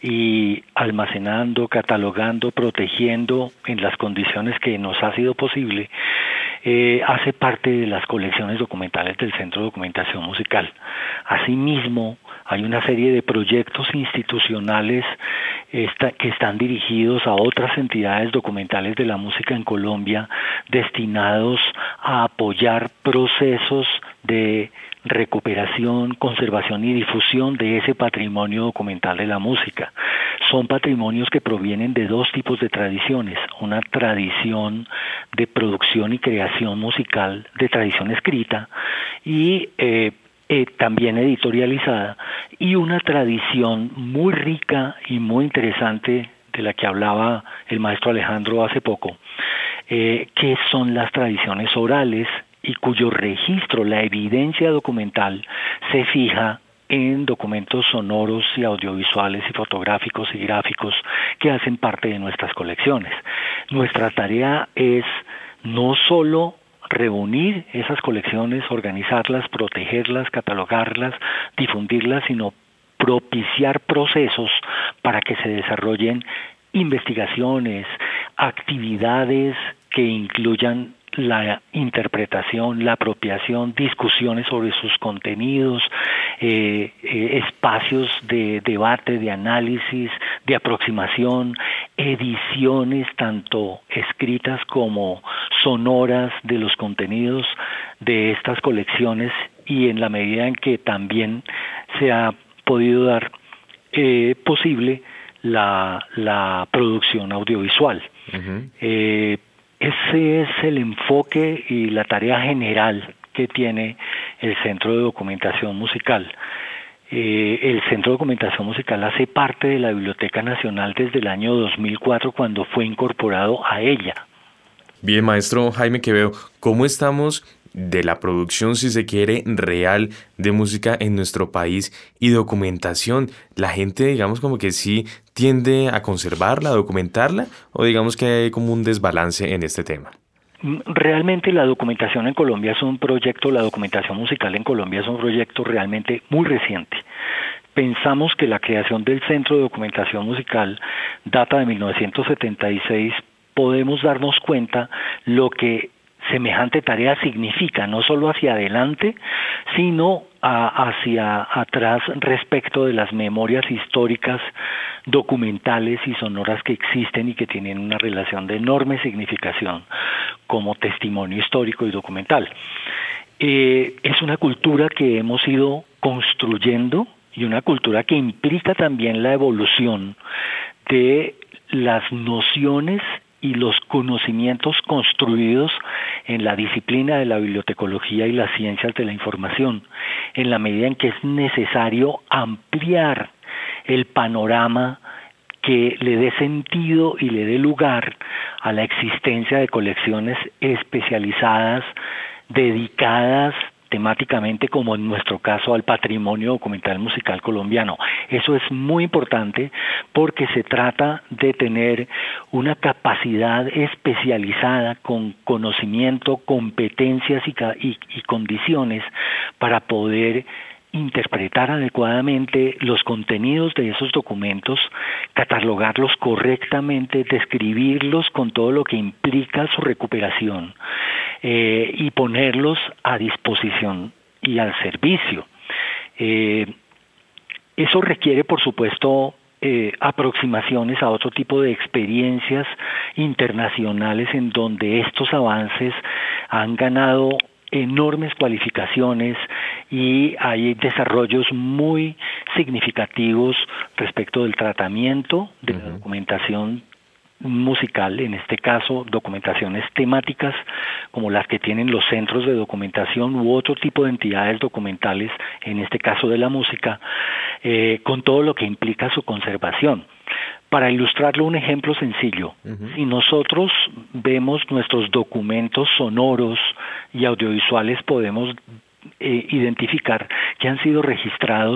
y almacenando, catalogando, protegiendo en las condiciones que nos ha sido posible, eh, hace parte de las colecciones documentales del Centro de Documentación Musical. Asimismo, hay una serie de proyectos institucionales esta, que están dirigidos a otras entidades documentales de la música en Colombia, destinados a apoyar procesos de recuperación, conservación y difusión de ese patrimonio documental de la música. Son patrimonios que provienen de dos tipos de tradiciones: una tradición de producción y creación musical, de tradición escrita y eh, Eh, también editorializada, y una tradición muy rica y muy interesante de la que hablaba el maestro Alejandro hace poco, eh, que son las tradiciones orales y cuyo registro, la evidencia documental, se fija en documentos sonoros y audiovisuales y fotográficos y gráficos que hacen parte de nuestras colecciones. Nuestra tarea es no solo reunir esas colecciones, organizarlas, protegerlas, catalogarlas, difundirlas, sino propiciar procesos para que se desarrollen investigaciones, actividades que incluyan la interpretación, la apropiación, discusiones sobre sus contenidos, eh, eh, espacios de debate, de análisis, de aproximación, ediciones tanto escritas como sonoras de los contenidos de estas colecciones, y en la medida en que también se ha podido dar eh, posible la, la producción audiovisual. Uh-huh. Eh, Ese es el enfoque y la tarea general que tiene el Centro de Documentación Musical. Eh, el Centro de Documentación Musical hace parte de la Biblioteca Nacional desde el año dos mil cuatro, cuando fue incorporado a ella. Bien, maestro Jaime Quevedo, ¿cómo estamos de la producción, si se quiere, real de música en nuestro país y documentación? ¿La gente, digamos, como que sí tiende a conservarla, a documentarla, o digamos que hay como un desbalance en este tema? Realmente la documentación en Colombia es un proyecto, la documentación musical en Colombia es un proyecto realmente muy reciente. Pensamos que la creación del Centro de Documentación Musical data de mil novecientos setenta y seis. Podemos darnos cuenta lo que semejante tarea significa, no solo hacia adelante, sino a, hacia atrás respecto de las memorias históricas, documentales y sonoras que existen y que tienen una relación de enorme significación como testimonio histórico y documental. Eh, es una cultura que hemos ido construyendo y una cultura que implica también la evolución de las nociones y los conocimientos construidos en la disciplina de la bibliotecología y las ciencias de la información, en la medida en que es necesario ampliar el panorama que le dé sentido y le dé lugar a la existencia de colecciones especializadas, dedicadas temáticamente, como en nuestro caso, al patrimonio documental musical colombiano. Eso es muy importante porque se trata de tener una capacidad especializada con conocimiento, competencias y, y, y condiciones para poder interpretar adecuadamente los contenidos de esos documentos, catalogarlos correctamente, describirlos con todo lo que implica su recuperación eh, y ponerlos a disposición y al servicio. Eh, eso requiere, por supuesto, eh, aproximaciones a otro tipo de experiencias internacionales en donde estos avances han ganado enormes cualificaciones y hay desarrollos muy significativos respecto del tratamiento de la documentación musical, en este caso documentaciones temáticas como las que tienen los centros de documentación u otro tipo de entidades documentales, en este caso de la música, eh, con todo lo que implica su conservación. Para ilustrarlo, un ejemplo sencillo. Uh-huh. Si nosotros vemos nuestros documentos sonoros y audiovisuales, podemos eh, identificar que han sido registrados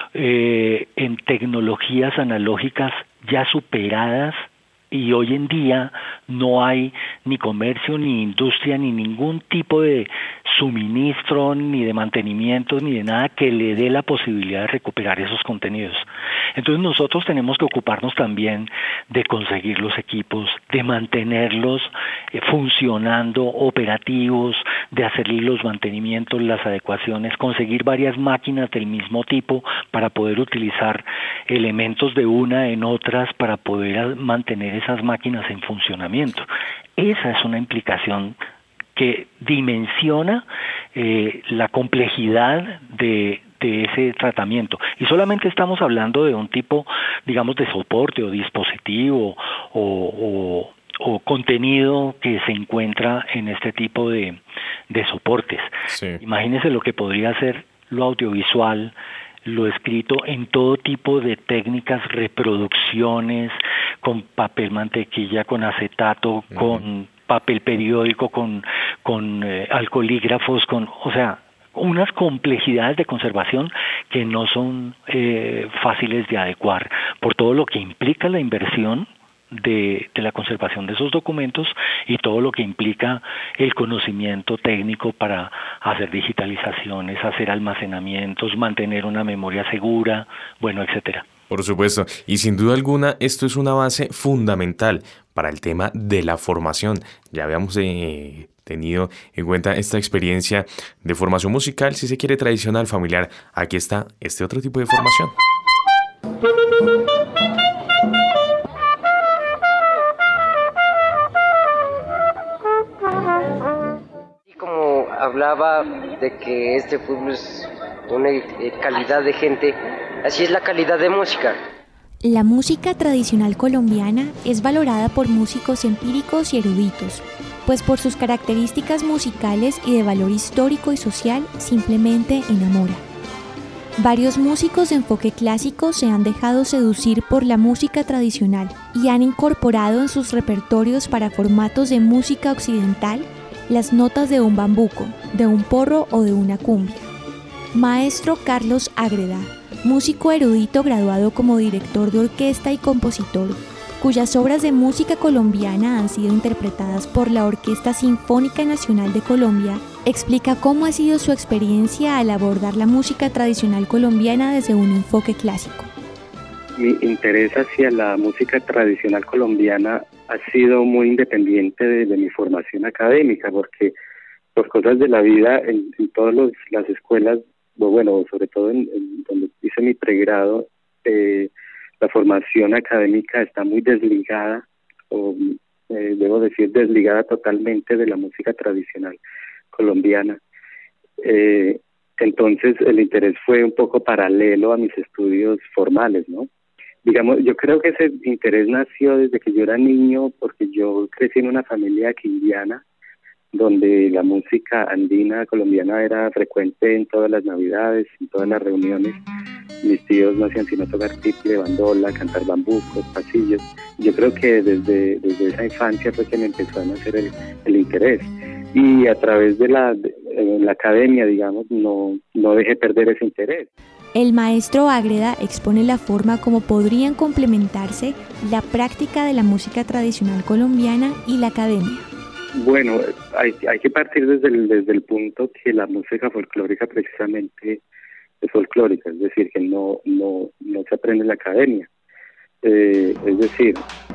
eh, en tecnologías analógicas ya superadas, y hoy en día no hay ni comercio, ni industria, ni ningún tipo de suministro, ni de mantenimiento, ni de nada que le dé la posibilidad de recuperar esos contenidos. Entonces nosotros tenemos que ocuparnos también de conseguir los equipos, de mantenerlos eh, funcionando, operativos, de hacerle los mantenimientos, las adecuaciones, conseguir varias máquinas del mismo tipo para poder utilizar elementos de una en otras para poder mantener esas máquinas en funcionamiento. Esa es una implicación que dimensiona eh, la complejidad de, de ese tratamiento. Y solamente estamos hablando de un tipo, digamos, de soporte o dispositivo o, o, o contenido que se encuentra en este tipo de, de soportes. Sí. Imagínense lo que podría ser lo audiovisual, lo escrito en todo tipo de técnicas, reproducciones, con papel mantequilla, con acetato, uh-huh. con papel periódico, con, con eh, alcoholígrafos, con, o sea, unas complejidades de conservación que no son eh, fáciles de adecuar, por todo lo que implica la inversión De, de la conservación de esos documentos y todo lo que implica el conocimiento técnico para hacer digitalizaciones, hacer almacenamientos, mantener una memoria segura, bueno, etcétera. Por supuesto, y sin duda alguna esto es una base fundamental para el tema de la formación. Ya habíamos eh, tenido en cuenta esta experiencia de formación musical, si se quiere tradicional, familiar. Aquí está este otro tipo de formación. Hablaba de que este fútbol es una calidad de gente, así es la calidad de música. La música tradicional colombiana es valorada por músicos empíricos y eruditos, pues por sus características musicales y de valor histórico y social simplemente enamora. Varios músicos de enfoque clásico se han dejado seducir por la música tradicional y han incorporado en sus repertorios para formatos de música occidental las notas de un bambuco, de un porro o de una cumbia. Maestro Carlos Ágreda, músico erudito graduado como director de orquesta y compositor, cuyas obras de música colombiana han sido interpretadas por la Orquesta Sinfónica Nacional de Colombia, explica cómo ha sido su experiencia al abordar la música tradicional colombiana desde un enfoque clásico. Mi interés hacia la música tradicional colombiana ha sido muy independiente de, de mi formación académica, porque por cosas de la vida en, en todas los, las escuelas, bueno, sobre todo en, en donde hice mi pregrado, eh, la formación académica está muy desligada, o eh, debo decir desligada totalmente de la música tradicional colombiana. Eh, entonces el interés fue un poco paralelo a mis estudios formales, ¿no? Digamos, yo creo que ese interés nació desde que yo era niño, porque yo crecí en una familia quindiana, donde la música andina colombiana era frecuente en todas las navidades, en todas las reuniones. Mis tíos no hacían sino tocar tiple, bandola, cantar bambucos, pasillos. Yo creo que desde, desde esa infancia fue que me empezó a nacer el, el interés. Y a través de la, de, en la academia, digamos, no, no deje perder ese interés. El maestro Ágreda expone la forma como podrían complementarse la práctica de la música tradicional colombiana y la academia. Bueno, hay, hay que partir desde el, desde el punto que la música folclórica precisamente es folclórica, es decir, que no, no, no se aprende en la academia. Eh, es decir,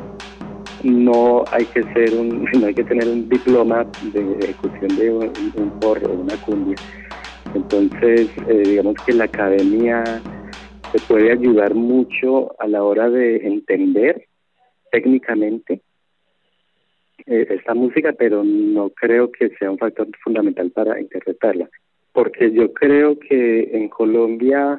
no hay que ser un, no hay que tener un diploma de ejecución de un, un porro o una cumbia. Entonces, eh, digamos que la academia se puede ayudar mucho a la hora de entender técnicamente eh, esta música, pero no creo que sea un factor fundamental para interpretarla, porque yo creo que en Colombia,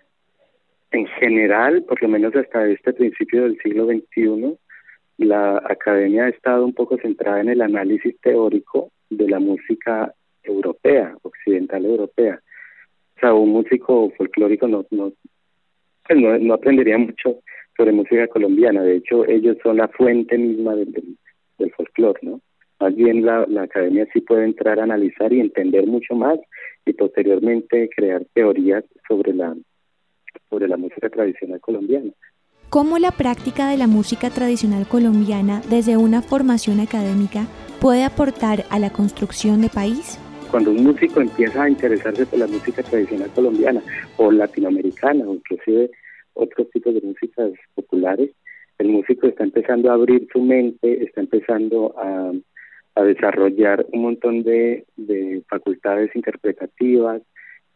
en general, por lo menos hasta este principio del siglo veintiuno, la academia ha estado un poco centrada en el análisis teórico de la música europea, occidental europea. O sea, un músico folclórico no no, pues no no aprendería mucho sobre música colombiana. De hecho, ellos son la fuente misma del, del, del folclore, ¿no? Más bien la, la academia sí puede entrar a analizar y entender mucho más y posteriormente crear teorías sobre la sobre la música tradicional colombiana. ¿Cómo la práctica de la música tradicional colombiana desde una formación académica puede aportar a la construcción de país? Cuando un músico empieza a interesarse por la música tradicional colombiana o latinoamericana o inclusive otros tipos de músicas populares, el músico está empezando a abrir su mente, está empezando a, a desarrollar un montón de, de facultades interpretativas,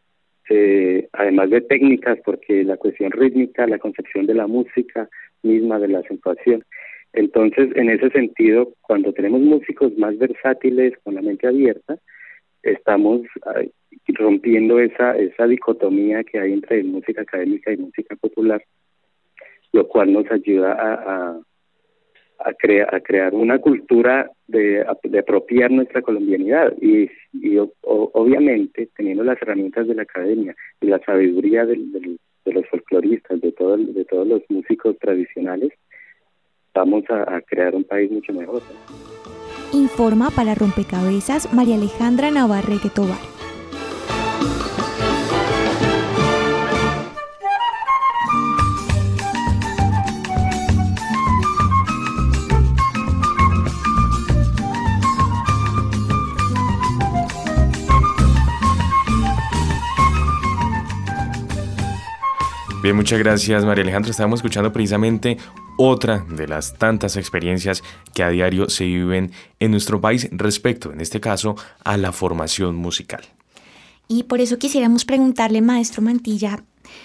eh, además de técnicas, porque la cuestión rítmica, la concepción de la música misma, de la acentuación. Entonces, en ese sentido, cuando tenemos músicos más versátiles, con la mente abierta, estamos uh, rompiendo esa esa dicotomía que hay entre música académica y música popular, lo cual nos ayuda a a, a, crea, a crear una cultura de, de apropiar nuestra colombianidad y, y o, obviamente teniendo las herramientas de la academia y la sabiduría del, del, de los folcloristas, de, todo, de todos los músicos tradicionales, vamos a, a crear un país mucho mejor, ¿no? Informa para Rompecabezas María Alejandra Navarrete Tobar. Bien, muchas gracias María Alejandra. Estábamos escuchando precisamente otra de las tantas experiencias que a diario se viven en nuestro país respecto, en este caso, a la formación musical. Y por eso quisiéramos preguntarle, maestro Mantilla,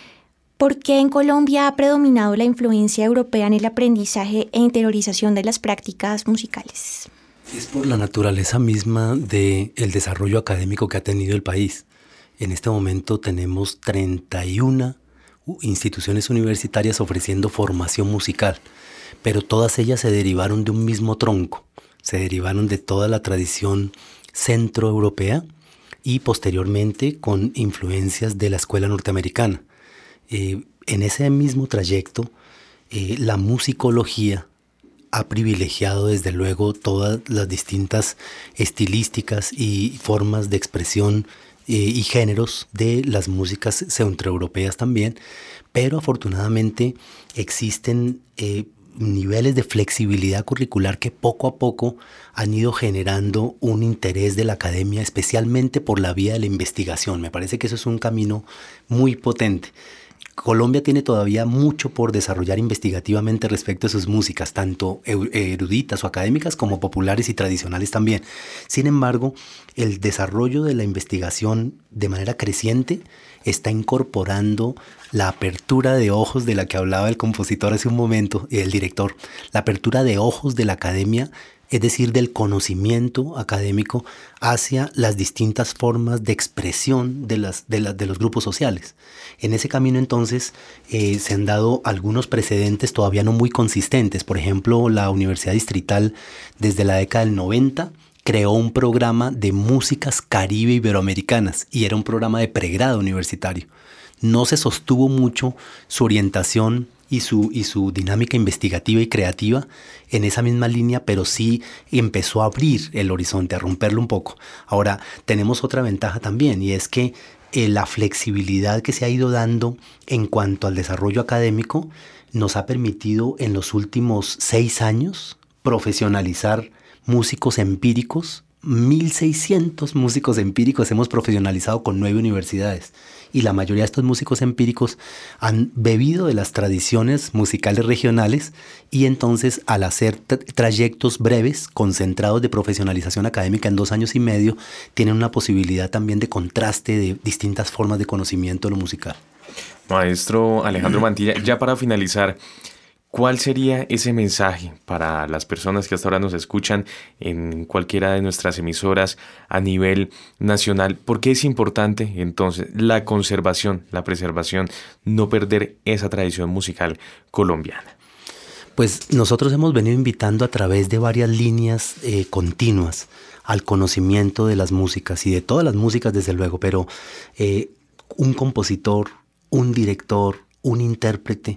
¿por qué en Colombia ha predominado la influencia europea en el aprendizaje e interiorización de las prácticas musicales? Es por la naturaleza misma del desarrollo académico que ha tenido el país. En este momento tenemos treinta y una instituciones universitarias ofreciendo formación musical, pero todas ellas se derivaron de un mismo tronco, se derivaron de toda la tradición centroeuropea y posteriormente con influencias de la escuela norteamericana. Eh, en ese mismo trayecto, eh, la musicología ha privilegiado desde luego todas las distintas estilísticas y formas de expresión Eh, y géneros de las músicas centroeuropeas también, pero afortunadamente existen eh, niveles de flexibilidad curricular que poco a poco han ido generando un interés de la academia, especialmente por la vía de la investigación. Me parece que eso es un camino muy potente. Colombia tiene todavía mucho por desarrollar investigativamente respecto a sus músicas, tanto eruditas o académicas como populares y tradicionales también. Sin embargo, el desarrollo de la investigación de manera creciente está incorporando la apertura de ojos de la que hablaba el compositor hace un momento, el director, la apertura de ojos de la academia, es decir, del conocimiento académico hacia las distintas formas de expresión de, las, de, la, de los grupos sociales. En ese camino entonces eh, se han dado algunos precedentes todavía no muy consistentes. Por ejemplo, la Universidad Distrital desde la década del noventa creó un programa de músicas caribe iberoamericanas y era un programa de pregrado universitario. No se sostuvo mucho su orientación y su, y su dinámica investigativa y creativa en esa misma línea, pero sí empezó a abrir el horizonte, a romperlo un poco. Ahora, tenemos otra ventaja también, y es que eh, la flexibilidad que se ha ido dando en cuanto al desarrollo académico nos ha permitido en los últimos seis años profesionalizar músicos empíricos. mil seiscientos músicos empíricos hemos profesionalizado con nueve universidades, y la mayoría de estos músicos empíricos han bebido de las tradiciones musicales regionales, y entonces al hacer tra- trayectos breves, concentrados de profesionalización académica en dos años y medio, tienen una posibilidad también de contraste de distintas formas de conocimiento de lo musical. Maestro Alejandro Mantilla, ya para finalizar, ¿cuál sería ese mensaje para las personas que hasta ahora nos escuchan en cualquiera de nuestras emisoras a nivel nacional? ¿Por qué es importante entonces la conservación, la preservación, no perder esa tradición musical colombiana? Pues nosotros hemos venido invitando a través de varias líneas eh, continuas al conocimiento de las músicas, y de todas las músicas desde luego, pero eh, un compositor, un director, un intérprete,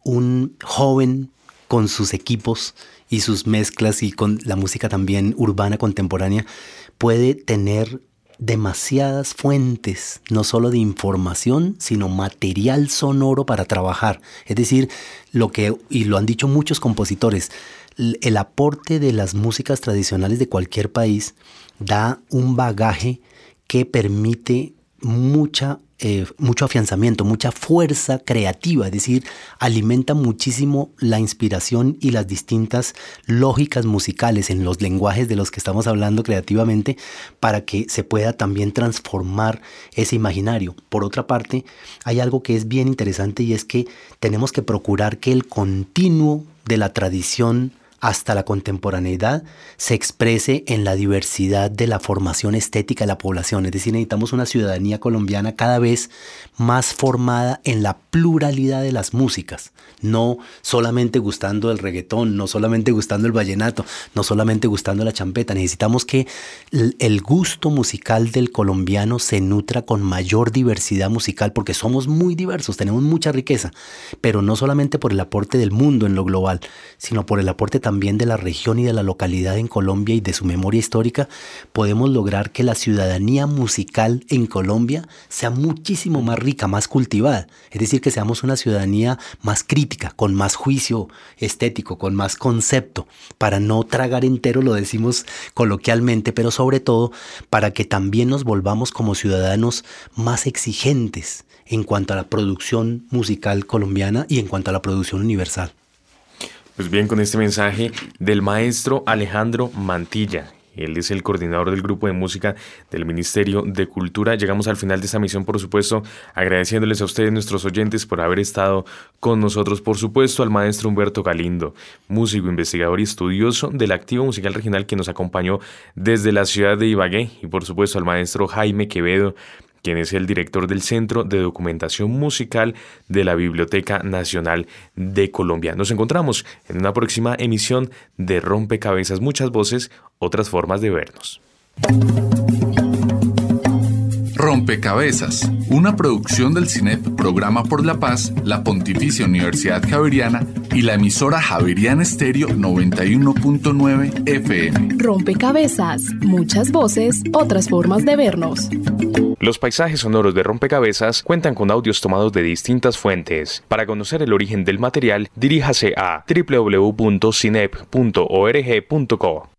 un joven con sus equipos y sus mezclas, y con la música también urbana contemporánea, puede tener demasiadas fuentes, no solo de información, sino material sonoro para trabajar. Es decir, lo que, y lo han dicho muchos compositores, el aporte de las músicas tradicionales de cualquier país da un bagaje que permite mucha Eh, mucho afianzamiento, mucha fuerza creativa, es decir, alimenta muchísimo la inspiración y las distintas lógicas musicales en los lenguajes de los que estamos hablando creativamente, para que se pueda también transformar ese imaginario. Por otra parte, hay algo que es bien interesante, y es que tenemos que procurar que el continuo de la tradición hasta la contemporaneidad se exprese en la diversidad de la formación estética de la población. Es decir, necesitamos una ciudadanía colombiana cada vez más formada en la pluralidad de las músicas, no solamente gustando el reggaetón, no solamente gustando el vallenato, no solamente gustando la champeta. Necesitamos que el gusto musical del colombiano se nutra con mayor diversidad musical, porque somos muy diversos, tenemos mucha riqueza, pero no solamente por el aporte del mundo en lo global, sino por el aporte también de la región y de la localidad en Colombia y de su memoria histórica. Podemos lograr que la ciudadanía musical en Colombia sea muchísimo más rica, más cultivada. Es decir, que seamos una ciudadanía más crítica, con más juicio estético, con más concepto, para no tragar entero, lo decimos coloquialmente, pero sobre todo para que también nos volvamos como ciudadanos más exigentes en cuanto a la producción musical colombiana y en cuanto a la producción universal. Pues bien, con este mensaje del maestro Alejandro Mantilla, él es el coordinador del grupo de música del Ministerio de Cultura, llegamos al final de esta misión, por supuesto, agradeciéndoles a ustedes, nuestros oyentes, por haber estado con nosotros. Por supuesto, al maestro Humberto Galindo, músico, investigador y estudioso del activo musical regional, que nos acompañó desde la ciudad de Ibagué, y por supuesto al maestro Jaime Quevedo, quien es el director del Centro de Documentación Musical de la Biblioteca Nacional de Colombia. Nos encontramos en una próxima emisión de Rompecabezas, muchas voces, otras formas de vernos. Rompecabezas, una producción del CINEP Programa por la Paz, la Pontificia Universidad Javeriana y la emisora Javeriana Estéreo noventa y uno punto nueve F M. Rompecabezas, muchas voces, otras formas de vernos. Los paisajes sonoros de Rompecabezas cuentan con audios tomados de distintas fuentes. Para conocer el origen del material, diríjase a doble u doble u doble u punto cinep punto org punto co.